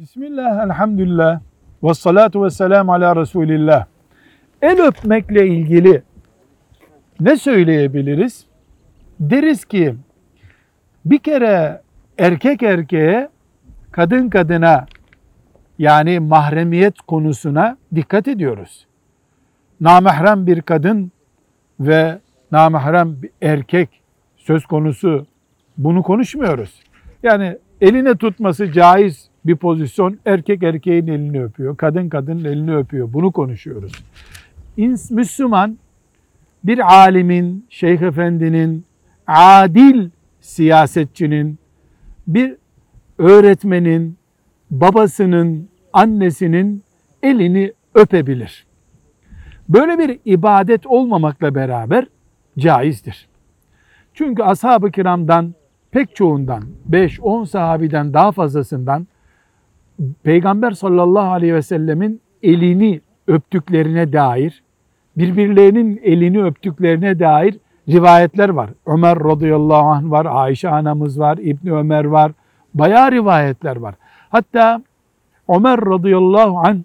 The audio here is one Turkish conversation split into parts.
Bismillah, elhamdülillah, ve salatu ve selamu ala Resulillah. El öpmekle ilgili ne söyleyebiliriz? Deriz ki bir kere erkek erkeğe, kadın kadına yani mahremiyet konusuna dikkat ediyoruz. Namahrem bir kadın ve namahrem bir erkek söz konusu, bunu konuşmuyoruz. Yani eline tutması caiz bir pozisyon, erkek erkeğin elini öpüyor, kadın kadının elini öpüyor. Bunu konuşuyoruz. Müslüman bir alimin, şeyh efendinin, adil siyasetçinin, bir öğretmenin, babasının, annesinin elini öpebilir. Böyle bir ibadet olmamakla beraber caizdir. Çünkü ashab-ı kiramdan pek çoğundan, 5-10 sahabiden daha fazlasından Peygamber sallallahu aleyhi ve sellemin elini öptüklerine dair, birbirlerinin elini öptüklerine dair rivayetler var. Ömer radıyallahu anh var, Ayşe anamız var, İbni Ömer var. Bayağı rivayetler var. Hatta Ömer radıyallahu anh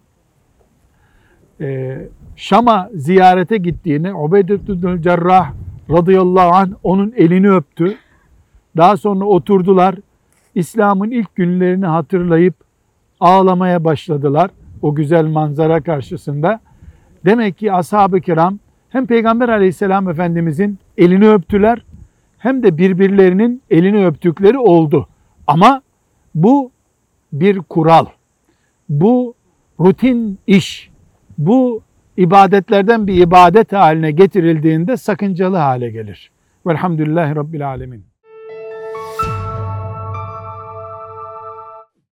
Şam'a ziyarete gittiğini, Ubeydetül Cerrah radıyallahu anh onun elini öptü. Daha sonra oturdular. İslam'ın ilk günlerini hatırlayıp ağlamaya başladılar o güzel manzara karşısında. Demek ki ashab-ı kiram hem Peygamber aleyhisselam efendimizin elini öptüler hem de birbirlerinin elini öptükleri oldu. Ama bu bir kural, bu rutin iş, bu ibadetlerden bir ibadet haline getirildiğinde sakıncalı hale gelir. Velhamdülillahi Rabbil Alemin.